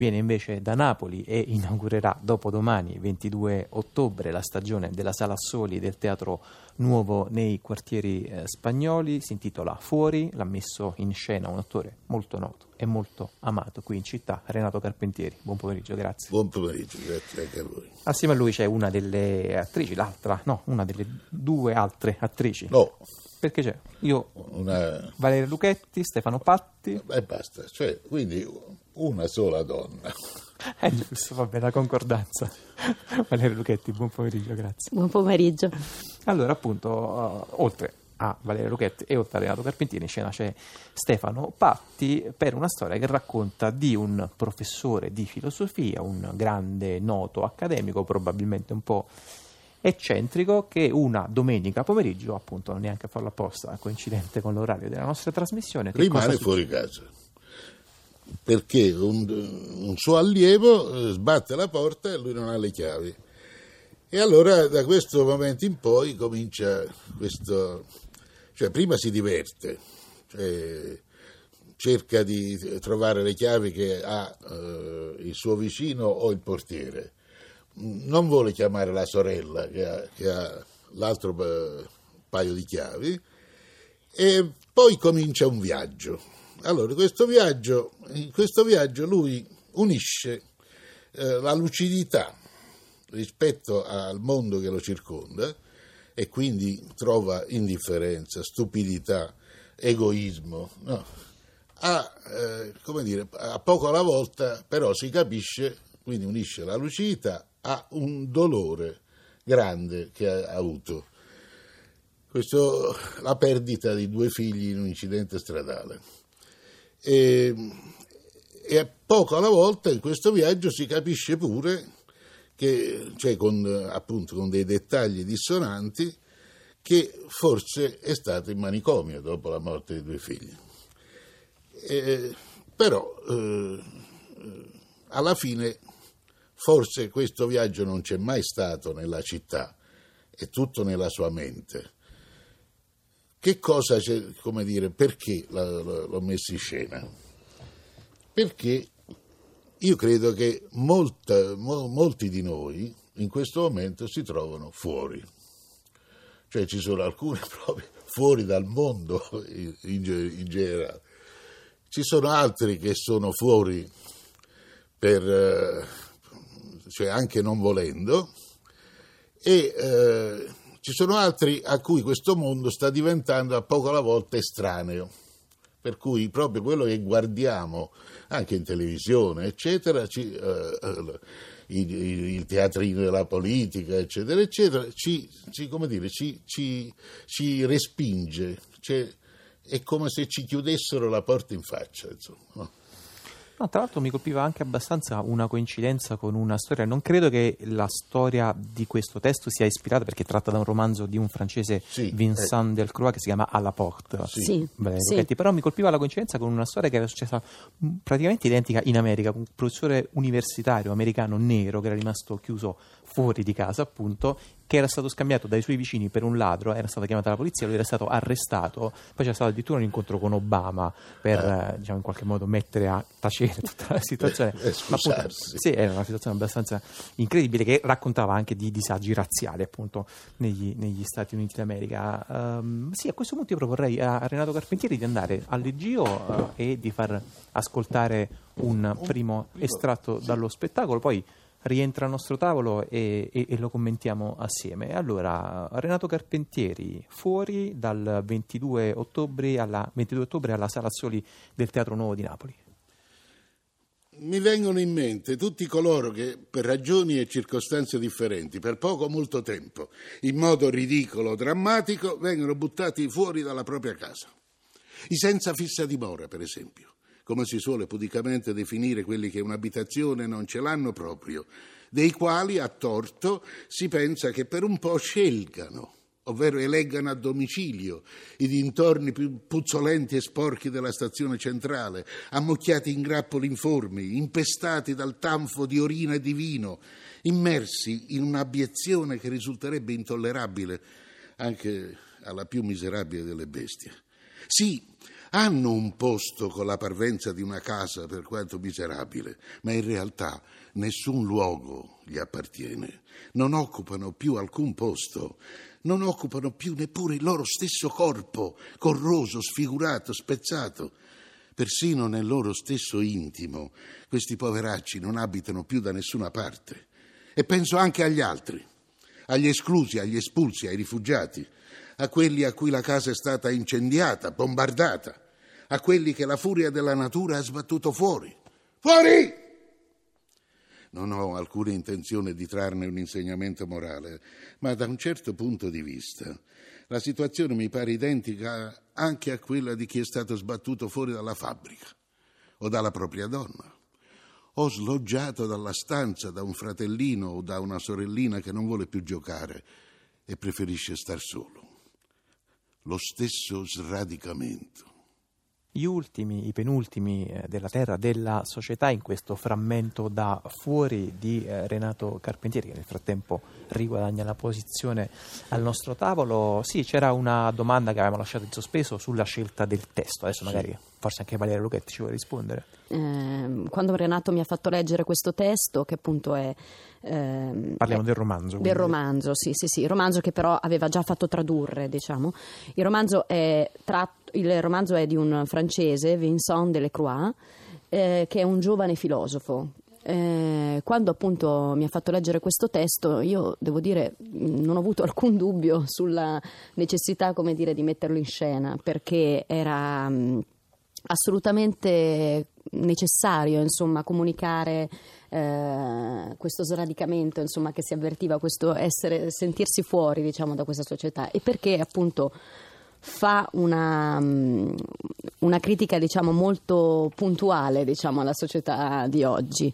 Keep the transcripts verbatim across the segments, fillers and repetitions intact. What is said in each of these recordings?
viene invece da Napoli e inaugurerà dopodomani, ventidue ottobre, la stagione della Sala Soli del Teatro Nuovo nei quartieri eh, spagnoli. Si intitola Fuori, l'ha messo in scena un attore molto noto e molto amato qui in città, Renato Carpentieri. Buon pomeriggio, grazie. Buon pomeriggio, grazie anche a voi. Assieme a lui c'è una delle attrici, l'altra, no, una delle due altre attrici. No. Perché c'è? Io, una... Valeria Luchetti, Stefano Patti. E basta, cioè, quindi una sola donna. È giusto, vabbè, la concordanza. Valeria Luchetti, buon pomeriggio, grazie. Buon pomeriggio. Allora, appunto, uh, oltre a Valeria Luchetti e oltre a Renato Carpentieri, in scena c'è Stefano Patti per una storia che racconta di un professore di filosofia, un grande noto accademico, probabilmente un po' eccentrico, che una domenica pomeriggio, appunto, non neanche a farlo apposta, coincidente con l'orario della nostra trasmissione, che rimane fuori casa perché un, un suo allievo sbatte la porta e lui non ha le chiavi, e allora da questo momento in poi comincia questo, cioè prima si diverte, cioè cerca di trovare le chiavi che ha eh, il suo vicino o il portiere, non vuole chiamare la sorella che ha, che ha l'altro paio di chiavi, e poi comincia un viaggio. Allora, questo viaggio, in questo viaggio lui unisce eh, la lucidità rispetto al mondo che lo circonda, e quindi trova indifferenza, stupidità, egoismo, no? a, eh, come dire, a poco alla volta però si capisce, quindi unisce la lucidità a un dolore grande che ha avuto, questo, la perdita di due figli in un incidente stradale. E, e a poco alla volta in questo viaggio si capisce pure che, cioè con, appunto, con dei dettagli dissonanti, che forse è stato in manicomio dopo la morte dei due figli. E, però eh, alla fine forse questo viaggio non c'è mai stato nella città, è tutto nella sua mente. Che cosa c'è, come dire, perché l'ho messo in scena? Perché io credo che molta, mo, molti di noi in questo momento si trovano fuori, cioè ci sono alcuni proprio fuori dal mondo in, in, in generale, ci sono altri che sono fuori per, cioè anche non volendo, e eh, ci sono altri a cui questo mondo sta diventando a poco alla volta estraneo, per cui proprio quello che guardiamo anche in televisione, eccetera, ci, eh, il, il teatrino della politica, eccetera, eccetera, ci, ci, come dire, ci, ci, ci respinge, cioè, è come se ci chiudessero la porta in faccia, insomma. No, tra l'altro mi colpiva anche abbastanza una coincidenza con una storia. Non credo che la storia di questo testo sia ispirata, perché tratta da un romanzo di un francese, sì, Vincent eh. Delcroix, che si chiama À la porte. Sì, sì, sì. Però mi colpiva la coincidenza con una storia che era successa praticamente identica in America, con un professore universitario americano nero che era rimasto chiuso fuori di casa, appunto, che era stato scambiato dai suoi vicini per un ladro, era stata chiamata la polizia, lui era stato arrestato, poi c'è stato addirittura un incontro con Obama per eh. diciamo in qualche modo mettere a tacere tutta la situazione. Eh, Ma appunto, sì, era una situazione abbastanza incredibile, che raccontava anche di disagi razziali, appunto, negli, negli Stati Uniti d'America. Um, sì, a questo punto io proporrei a Renato Carpentieri di andare al Leggio uh, e di far ascoltare un primo estratto dallo spettacolo, poi rientra al nostro tavolo e, e, e lo commentiamo assieme. Allora, Renato Carpentieri, Fuori, dal ventidue ottobre alla, ventidue ottobre alla Sala Soli del Teatro Nuovo di Napoli. Mi vengono in mente tutti coloro che, per ragioni e circostanze differenti, per poco o molto tempo, in modo ridicolo o drammatico, vengono buttati fuori dalla propria casa. I senza fissa dimora, per esempio, come si suole pudicamente definire quelli che un'abitazione non ce l'hanno proprio, dei quali a torto si pensa che per un po' scelgano, ovvero eleggano a domicilio i dintorni più puzzolenti e sporchi della stazione centrale, ammucchiati in grappoli informi, impestati dal tanfo di orina e di vino, immersi in un'abiezione che risulterebbe intollerabile anche alla più miserabile delle bestie. Sì, hanno un posto con la parvenza di una casa per quanto miserabile, ma in realtà nessun luogo gli appartiene, non occupano più alcun posto, non occupano più neppure il loro stesso corpo, corroso, sfigurato, spezzato. Persino nel loro stesso intimo questi poveracci non abitano più da nessuna parte. E penso anche agli altri, agli esclusi, agli espulsi, ai rifugiati, a quelli a cui la casa è stata incendiata, bombardata, a quelli che la furia della natura ha sbattuto fuori. Fuori! Non ho alcuna intenzione di trarne un insegnamento morale, ma da un certo punto di vista la situazione mi pare identica anche a quella di chi è stato sbattuto fuori dalla fabbrica o dalla propria donna, o sloggiato dalla stanza da un fratellino o da una sorellina che non vuole più giocare e preferisce star solo. Lo stesso sradicamento. Gli ultimi, i penultimi eh, della terra, della società, in questo frammento da fuori di eh, Renato Carpentieri, che nel frattempo riguadagna la posizione al nostro tavolo. Sì, c'era una domanda che avevamo lasciato in sospeso sulla scelta del testo. Adesso magari sì. Forse anche Valeria Luchetti ci vuole rispondere. Eh, quando Renato mi ha fatto leggere questo testo, che appunto è... Ehm, Parliamo è, del romanzo. Del quindi. romanzo, sì, sì, sì. Il romanzo che però aveva già fatto tradurre, diciamo. Il romanzo è tratto, il romanzo è di un francese, Vincent Delacroix, eh, che è un giovane filosofo. Eh, quando appunto mi ha fatto leggere questo testo, io devo dire non ho avuto alcun dubbio sulla necessità, come dire, di metterlo in scena, perché era mh, assolutamente necessario, insomma, comunicare eh, questo sradicamento, insomma, che si avvertiva, questo essere, sentirsi fuori, diciamo, da questa società, e perché appunto fa una, una critica, diciamo, molto puntuale, diciamo, alla società di oggi.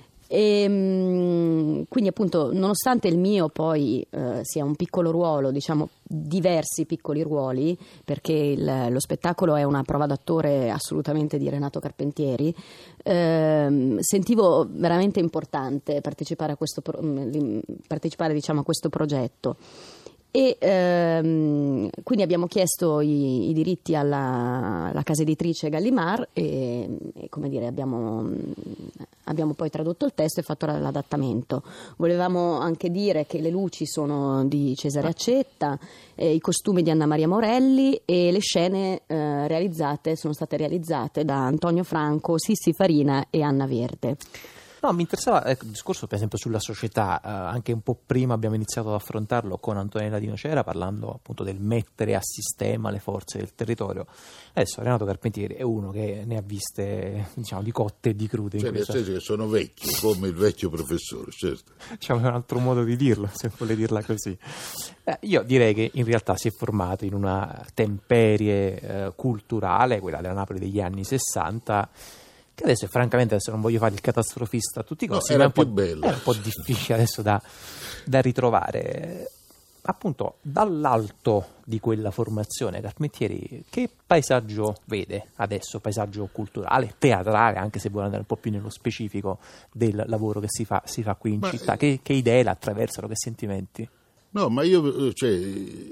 E quindi appunto, nonostante il mio poi eh, sia un piccolo ruolo, diciamo diversi piccoli ruoli, perché il, lo spettacolo è una prova d'attore assolutamente di Renato Carpentieri, eh, sentivo veramente importante partecipare a questo partecipare diciamo a questo progetto. E ehm, quindi abbiamo chiesto i, i diritti alla, alla casa editrice Gallimard e, e come dire abbiamo, abbiamo poi tradotto il testo e fatto l'adattamento. Volevamo anche dire che le luci sono di Cesare Accetta, eh, i costumi di Anna Maria Morelli e le scene eh, realizzate sono state realizzate da Antonio Franco, Sissi Farina e Anna Verde. No, mi interessava ecco, il discorso per esempio sulla società, eh, anche un po' prima abbiamo iniziato ad affrontarlo con Antonella Di Nocera, parlando appunto del mettere a sistema le forze del territorio. Adesso Renato Carpentieri è uno che ne ha viste, diciamo, di cotte e di crude. Cioè, in nel questa... senso che sono vecchio, come il vecchio professore, certo. C'è un altro modo di dirlo, se vuole dirla così. Eh, io direi che in realtà si è formato in una temperie eh, culturale, quella della Napoli degli anni sessanta, che adesso francamente, adesso non voglio fare il catastrofista a tutti i costi, no, era ma è più un po', bella. è un po' difficile adesso da, da ritrovare. Appunto, dall'alto di quella formazione, Carpentieri che paesaggio vede adesso, paesaggio culturale, teatrale, anche se vuole andare un po' più nello specifico del lavoro che si fa, si fa qui in ma, città, che, che idee la attraversano, che sentimenti? No, ma io, cioè,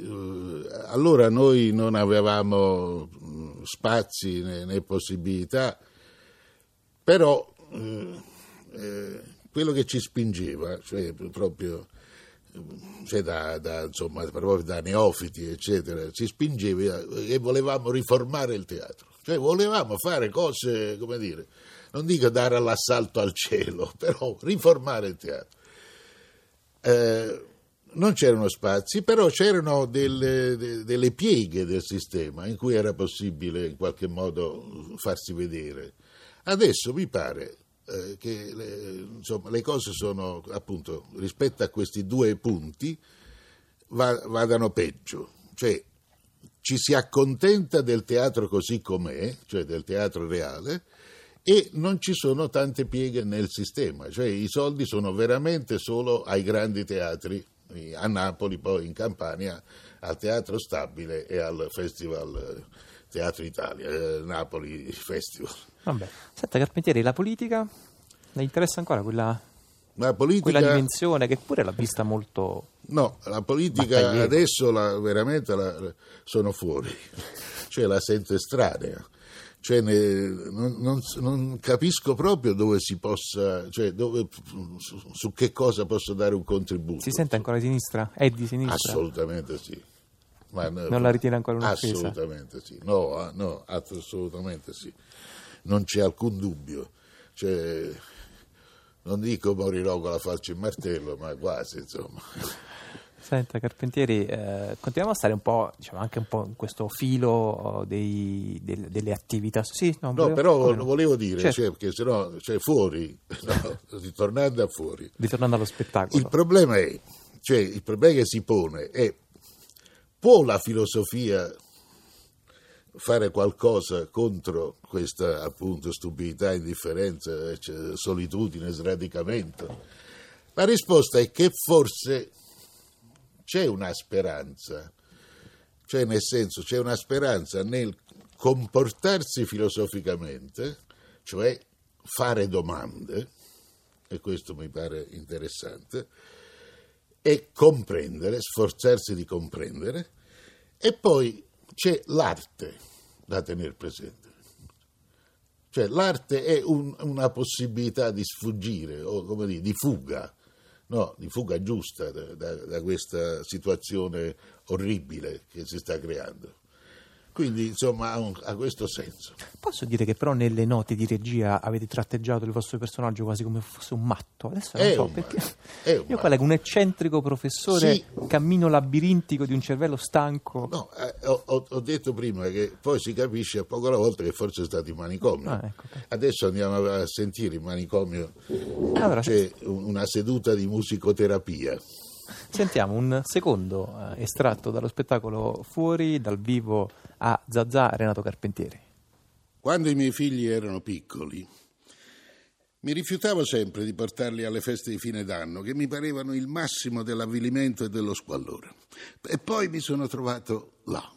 allora noi non avevamo spazi né, né possibilità. Però eh, eh, quello che ci spingeva, cioè proprio cioè da, da, insomma, proprio da neofiti, eccetera, ci spingeva e volevamo riformare il teatro. Cioè volevamo fare cose, come dire, non dico dare l'assalto al cielo, però riformare il teatro. Eh, non c'erano spazi, però c'erano delle, de, delle pieghe del sistema in cui era possibile in qualche modo farsi vedere. Adesso mi pare eh, che le, insomma, le cose sono, appunto, rispetto a questi due punti, va, vadano peggio. Cioè, ci si accontenta del teatro così com'è, cioè del teatro reale, e non ci sono tante pieghe nel sistema. Cioè, i soldi sono veramente solo ai grandi teatri, a Napoli, poi in Campania, al Teatro Stabile e al Festival Teatro Italia, eh, Napoli Festival. Vabbè. Senta Carpentieri, la politica le interessa ancora quella, Ma politica, quella dimensione che pure l'ha vista molto No, la politica Battagliere. adesso la, veramente la, sono fuori, cioè la sento estranea. Cioè, ne, non, non, non capisco proprio dove si possa, cioè dove, su, su che cosa posso dare un contributo. Si sente ancora di sinistra? È di sinistra? Assolutamente sì. Ma, non la ritiene ancora un'offesa? Assolutamente sì, no, no, assolutamente sì. Non c'è alcun dubbio. Cioè, non dico morirò con la falce in martello, ma quasi, insomma. Senta Carpentieri, eh, continuiamo a stare un po', diciamo, anche un po' in questo filo dei, del, delle attività. Sì, no, No, volevo, però no? volevo dire, Certo. cioè, perché sennò, cioè, fuori, no, ritornando a fuori. Ritornando allo spettacolo. Il problema è, cioè, il problema che si pone è, può la filosofia fare qualcosa contro questa, appunto, stupidità, indifferenza, cioè, solitudine, sradicamento? La risposta è che forse c'è una speranza, cioè nel senso c'è una speranza nel comportarsi filosoficamente, cioè fare domande, e questo mi pare interessante, e comprendere, sforzarsi di comprendere, e poi c'è l'arte da tenere presente. Cioè l'arte è un, una possibilità di sfuggire, o come dire, di fuga, no, di fuga giusta da, da, da questa situazione orribile che si sta creando. Quindi, insomma, ha, un, ha questo senso. Posso dire che però nelle note di regia avete tratteggiato il vostro personaggio quasi come fosse un matto? Adesso non È so un perché. matto, è un Io matto. qua leggo un eccentrico professore, Sì. cammino labirintico di un cervello stanco. No, eh, ho, ho detto prima che poi si capisce a poco alla volta che forse è stato in manicomio. Ah, ecco, ok. Adesso andiamo a sentire in manicomio, Allora, c'è una seduta di musicoterapia. sentiamo un secondo eh, estratto dallo spettacolo Fuori dal vivo a Zazà Renato Carpentieri. Quando i miei figli erano piccoli, mi rifiutavo sempre di portarli alle feste di fine d'anno, che mi parevano il massimo dell'avvilimento e dello squallore. E poi mi sono trovato là,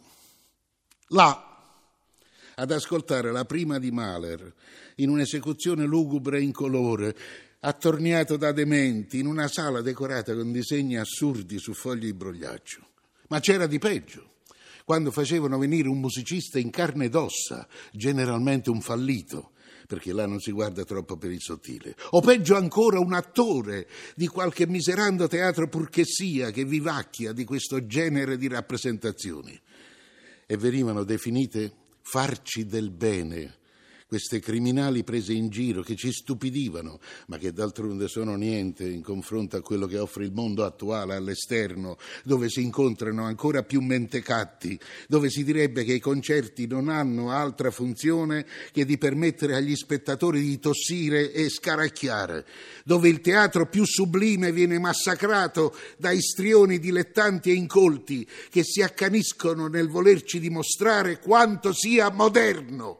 là, ad ascoltare la prima di Mahler, in un'esecuzione lugubre e incolore, attorniato da dementi, in una sala decorata con disegni assurdi su fogli di brogliaccio. Ma c'era di peggio. Quando facevano venire un musicista in carne ed ossa, generalmente un fallito, perché là non si guarda troppo per il sottile, o peggio ancora un attore di qualche miserando teatro purchessia che vivacchia di questo genere di rappresentazioni. E venivano definite farci del bene, queste criminali prese in giro che ci stupidivano, ma che d'altronde sono niente in confronto a quello che offre il mondo attuale all'esterno, dove si incontrano ancora più mentecatti, dove si direbbe che i concerti non hanno altra funzione che di permettere agli spettatori di tossire e scaracchiare, dove il teatro più sublime viene massacrato da istrioni dilettanti e incolti che si accaniscono nel volerci dimostrare quanto sia moderno.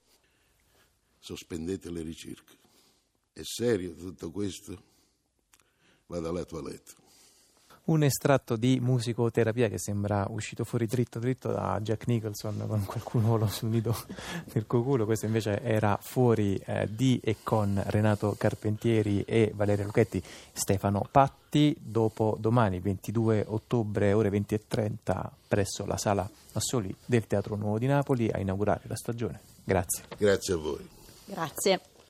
Sospendete le ricerche. È serio tutto questo? Vado alla toilette. Un estratto di musicoterapia che sembra uscito fuori dritto dritto da Jack Nicholson con qualcuno lo sul nido del coculo. Questo invece era fuori eh, di e con Renato Carpentieri e Valeria Luchetti. Stefano Patti, dopo domani ventidue ottobre ore venti e trenta presso la Sala Assoli del Teatro Nuovo di Napoli a inaugurare la stagione. Grazie. Grazie a voi. Grazie.